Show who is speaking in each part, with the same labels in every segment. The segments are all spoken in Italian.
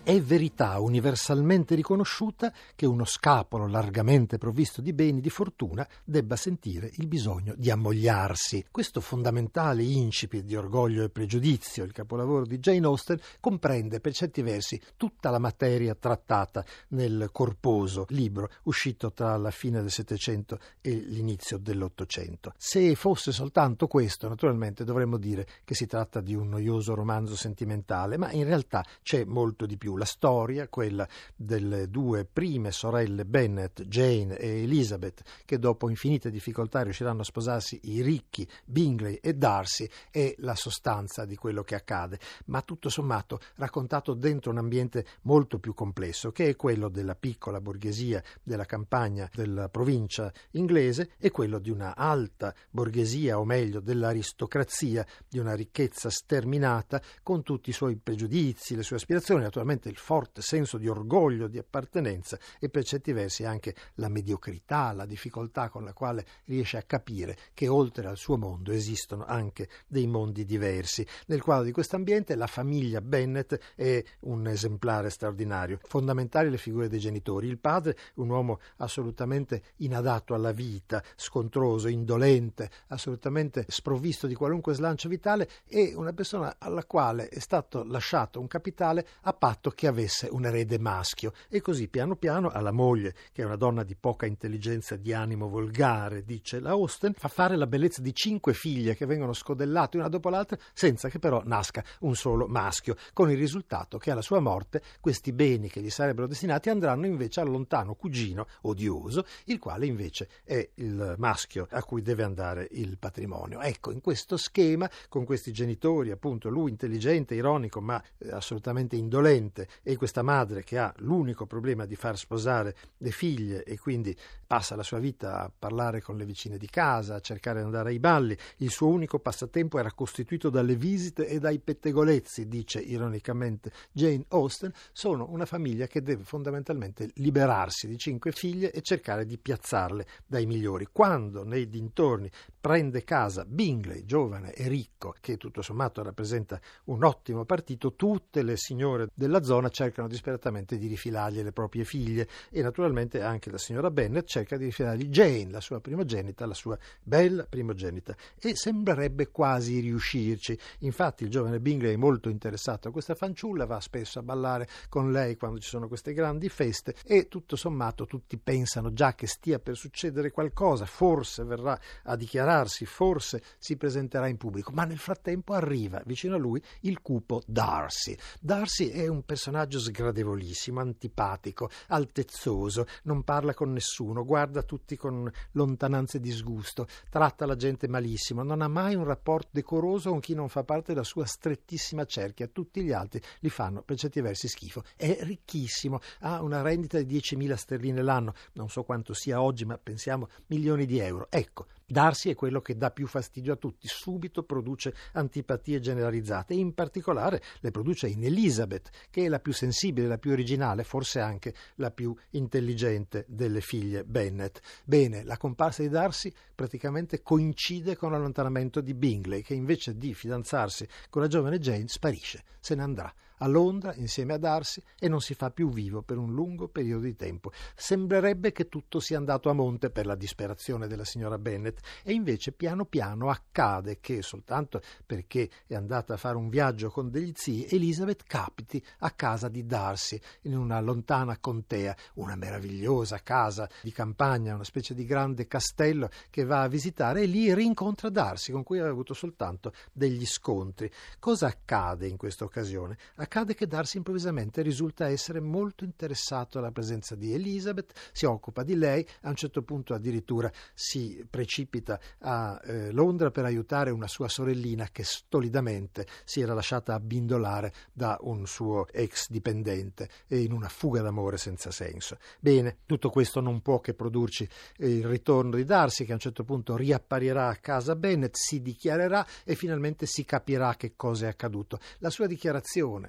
Speaker 1: È verità universalmente riconosciuta che uno scapolo largamente provvisto di beni di fortuna debba sentire il bisogno di ammogliarsi. Questo fondamentale incipit di Orgoglio e pregiudizio, il capolavoro di Jane Austen, comprende per certi versi tutta la materia trattata nel corposo libro uscito tra la fine del Settecento e l'inizio dell'Ottocento. Se fosse soltanto questo, naturalmente dovremmo dire che si tratta di un noioso romanzo sentimentale, ma in realtà c'è molto di più. La storia, quella delle due prime sorelle Bennet, Jane e Elizabeth, che dopo infinite difficoltà riusciranno a sposarsi i ricchi Bingley e Darcy, è la sostanza di quello che accade, ma tutto sommato raccontato dentro un ambiente molto più complesso, che è quello della piccola borghesia della campagna della provincia inglese e quello di una alta borghesia, o meglio dell'aristocrazia, di una ricchezza sterminata, con tutti i suoi pregiudizi, le sue aspirazioni, naturalmente il forte senso di orgoglio, di appartenenza e per certi versi anche la mediocrità, la difficoltà con la quale riesce a capire che oltre al suo mondo esistono anche dei mondi diversi. Nel quadro di questo ambiente la famiglia Bennet è un esemplare straordinario. Fondamentali le figure dei genitori. Il padre, un uomo assolutamente inadatto alla vita, scontroso, indolente, assolutamente sprovvisto di qualunque slancio vitale, e una persona alla quale è stato lasciato un capitale a patto che avesse un erede maschio, e così piano piano alla moglie, che è una donna di poca intelligenza, di animo volgare, dice la Austen, fa fare la bellezza di 5 figlie che vengono scodellate una dopo l'altra senza che però nasca un solo maschio, con il risultato che alla sua morte questi beni che gli sarebbero destinati andranno invece al lontano cugino odioso, il quale invece è il maschio a cui deve andare il patrimonio. Ecco, in questo schema, con questi genitori, appunto lui intelligente, ironico ma assolutamente indolente, e questa madre che ha l'unico problema di far sposare le figlie e quindi passa la sua vita a parlare con le vicine di casa, a cercare di andare ai balli. Il suo unico passatempo era costituito dalle visite e dai pettegolezzi, dice ironicamente Jane Austen. Sono una famiglia che deve fondamentalmente liberarsi di 5 figlie e cercare di piazzarle dai migliori. Quando nei dintorni prende casa Bingley, giovane e ricco, che tutto sommato rappresenta un ottimo partito, tutte le signore della zona cercano disperatamente di rifilargli le proprie figlie, e naturalmente anche la signora Bennet cerca di rifilargli Jane, la sua primogenita, la sua bella primogenita, e sembrerebbe quasi riuscirci. Infatti il giovane Bingley è molto interessato a questa fanciulla, va spesso a ballare con lei quando ci sono queste grandi feste, e tutto sommato tutti pensano già che stia per succedere qualcosa, forse verrà a dichiararsi, forse si presenterà in pubblico, ma nel frattempo arriva vicino a lui il cupo Darcy. Darcy è un personaggio sgradevolissimo, antipatico, altezzoso, non parla con nessuno, guarda tutti con lontananza e disgusto, tratta la gente malissimo, non ha mai un rapporto decoroso con chi non fa parte della sua strettissima cerchia, tutti gli altri gli fanno per certi versi schifo. È ricchissimo, ha una rendita di 10.000 sterline l'anno, non so quanto sia oggi, ma pensiamo milioni di euro. Ecco, Darcy è quello che dà più fastidio a tutti, subito produce antipatie generalizzate, e in particolare le produce in Elizabeth, che è la più sensibile, la più originale, forse anche la più intelligente delle figlie Bennet. Bene, la comparsa di Darcy praticamente coincide con l'allontanamento di Bingley, che invece di fidanzarsi con la giovane Jane sparisce, se ne andrà a Londra insieme a Darcy e non si fa più vivo per un lungo periodo di tempo. Sembrerebbe che tutto sia andato a monte per la disperazione della signora Bennet, e invece piano piano accade che, soltanto perché è andata a fare un viaggio con degli zii, Elizabeth capiti a casa di Darcy in una lontana contea, una meravigliosa casa di campagna, una specie di grande castello che va a visitare, e lì rincontra Darcy, con cui aveva avuto soltanto degli scontri. Cosa accade in questa occasione? Accade che Darcy improvvisamente risulta essere molto interessato alla presenza di Elizabeth, si occupa di lei, a un certo punto addirittura si precipita a Londra per aiutare una sua sorellina che stolidamente si era lasciata abbindolare da un suo ex dipendente, e in una fuga d'amore senza senso. Bene, tutto questo non può che produrci il ritorno di Darcy, che a un certo punto riapparirà a casa Bennet, si dichiarerà e finalmente si capirà che cosa è accaduto. La sua dichiarazione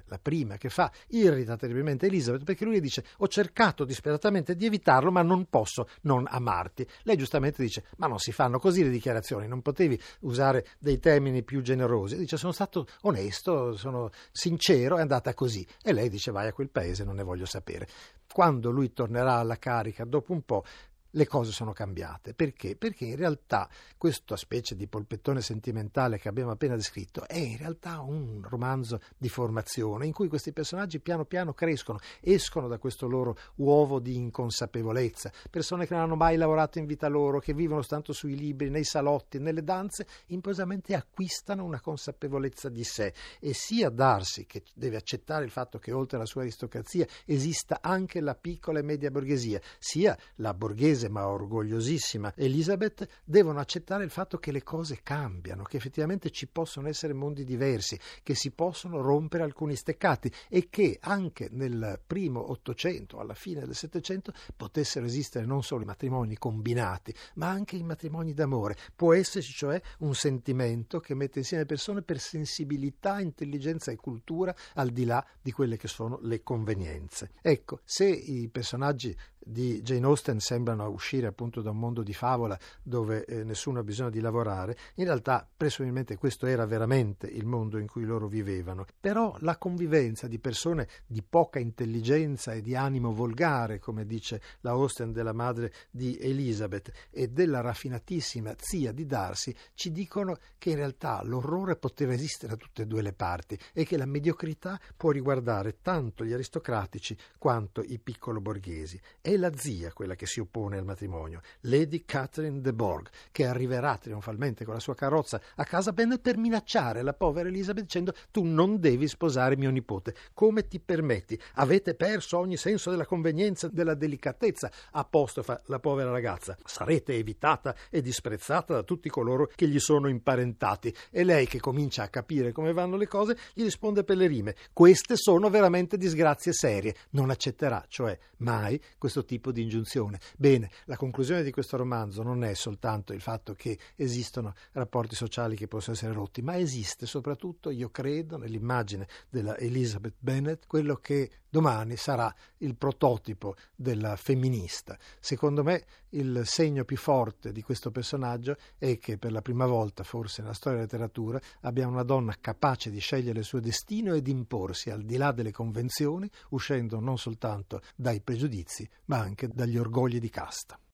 Speaker 1: la prima che fa, irrita terribilmente Elizabeth, perché lui le dice: ho cercato disperatamente di evitarlo, ma non posso non amarti. Lei giustamente dice: ma non si fanno così le dichiarazioni, non potevi usare dei termini più generosi. Dice: sono stato onesto, sono sincero, è andata così. E lei dice: vai a quel paese, non ne voglio sapere. Quando lui tornerà alla carica, dopo un po', le cose sono cambiate. Perché? Perché in realtà questa specie di polpettone sentimentale che abbiamo appena descritto è in realtà un romanzo di formazione in cui questi personaggi piano piano crescono, escono da questo loro uovo di inconsapevolezza, persone che non hanno mai lavorato in vita loro, che vivono tanto sui libri, nei salotti, nelle danze, improvvisamente acquistano una consapevolezza di sé, e sia Darcy, che deve accettare il fatto che oltre alla sua aristocrazia esista anche la piccola e media borghesia, sia la borghese ma orgogliosissima Elizabeth, devono accettare il fatto che le cose cambiano, che effettivamente ci possono essere mondi diversi, che si possono rompere alcuni steccati, e che anche nel primo Ottocento, alla fine del Settecento, potessero esistere non solo i matrimoni combinati, ma anche i matrimoni d'amore. Può esserci cioè un sentimento che mette insieme persone per sensibilità, intelligenza e cultura, al di là di quelle che sono le convenienze. Ecco, se i personaggi di Jane Austen sembrano uscire appunto da un mondo di favola dove nessuno ha bisogno di lavorare, in realtà presumibilmente questo era veramente il mondo in cui loro vivevano. Però la convivenza di persone di poca intelligenza e di animo volgare, come dice la Austen della madre di Elizabeth, e della raffinatissima zia di Darcy, ci dicono che in realtà l'orrore poteva esistere da tutte e due le parti, e che la mediocrità può riguardare tanto gli aristocratici quanto i piccolo borghesi. È la zia quella che si oppone al matrimonio, Lady Catherine de Bourgh, che arriverà trionfalmente con la sua carrozza a casa Bennet per minacciare la povera Elizabeth dicendo: tu non devi sposare mio nipote, come ti permetti? Avete perso ogni senso della convenienza, della delicatezza, apostrofa la povera ragazza. Sarete evitata e disprezzata da tutti coloro che gli sono imparentati. E lei, che comincia a capire come vanno le cose, gli risponde per le rime: queste sono veramente disgrazie serie. Non accetterà cioè mai questo tipo di ingiunzione. Bene, la conclusione di questo romanzo non è soltanto il fatto che esistono rapporti sociali che possono essere rotti, ma esiste soprattutto, io credo, nell'immagine della Elizabeth Bennet, quello che domani sarà il prototipo della femminista. Secondo me il segno più forte di questo personaggio è che per la prima volta, forse nella storia della letteratura, abbiamo una donna capace di scegliere il suo destino e di imporsi al di là delle convenzioni, uscendo non soltanto dai pregiudizi, ma anche dagli orgogli di casta.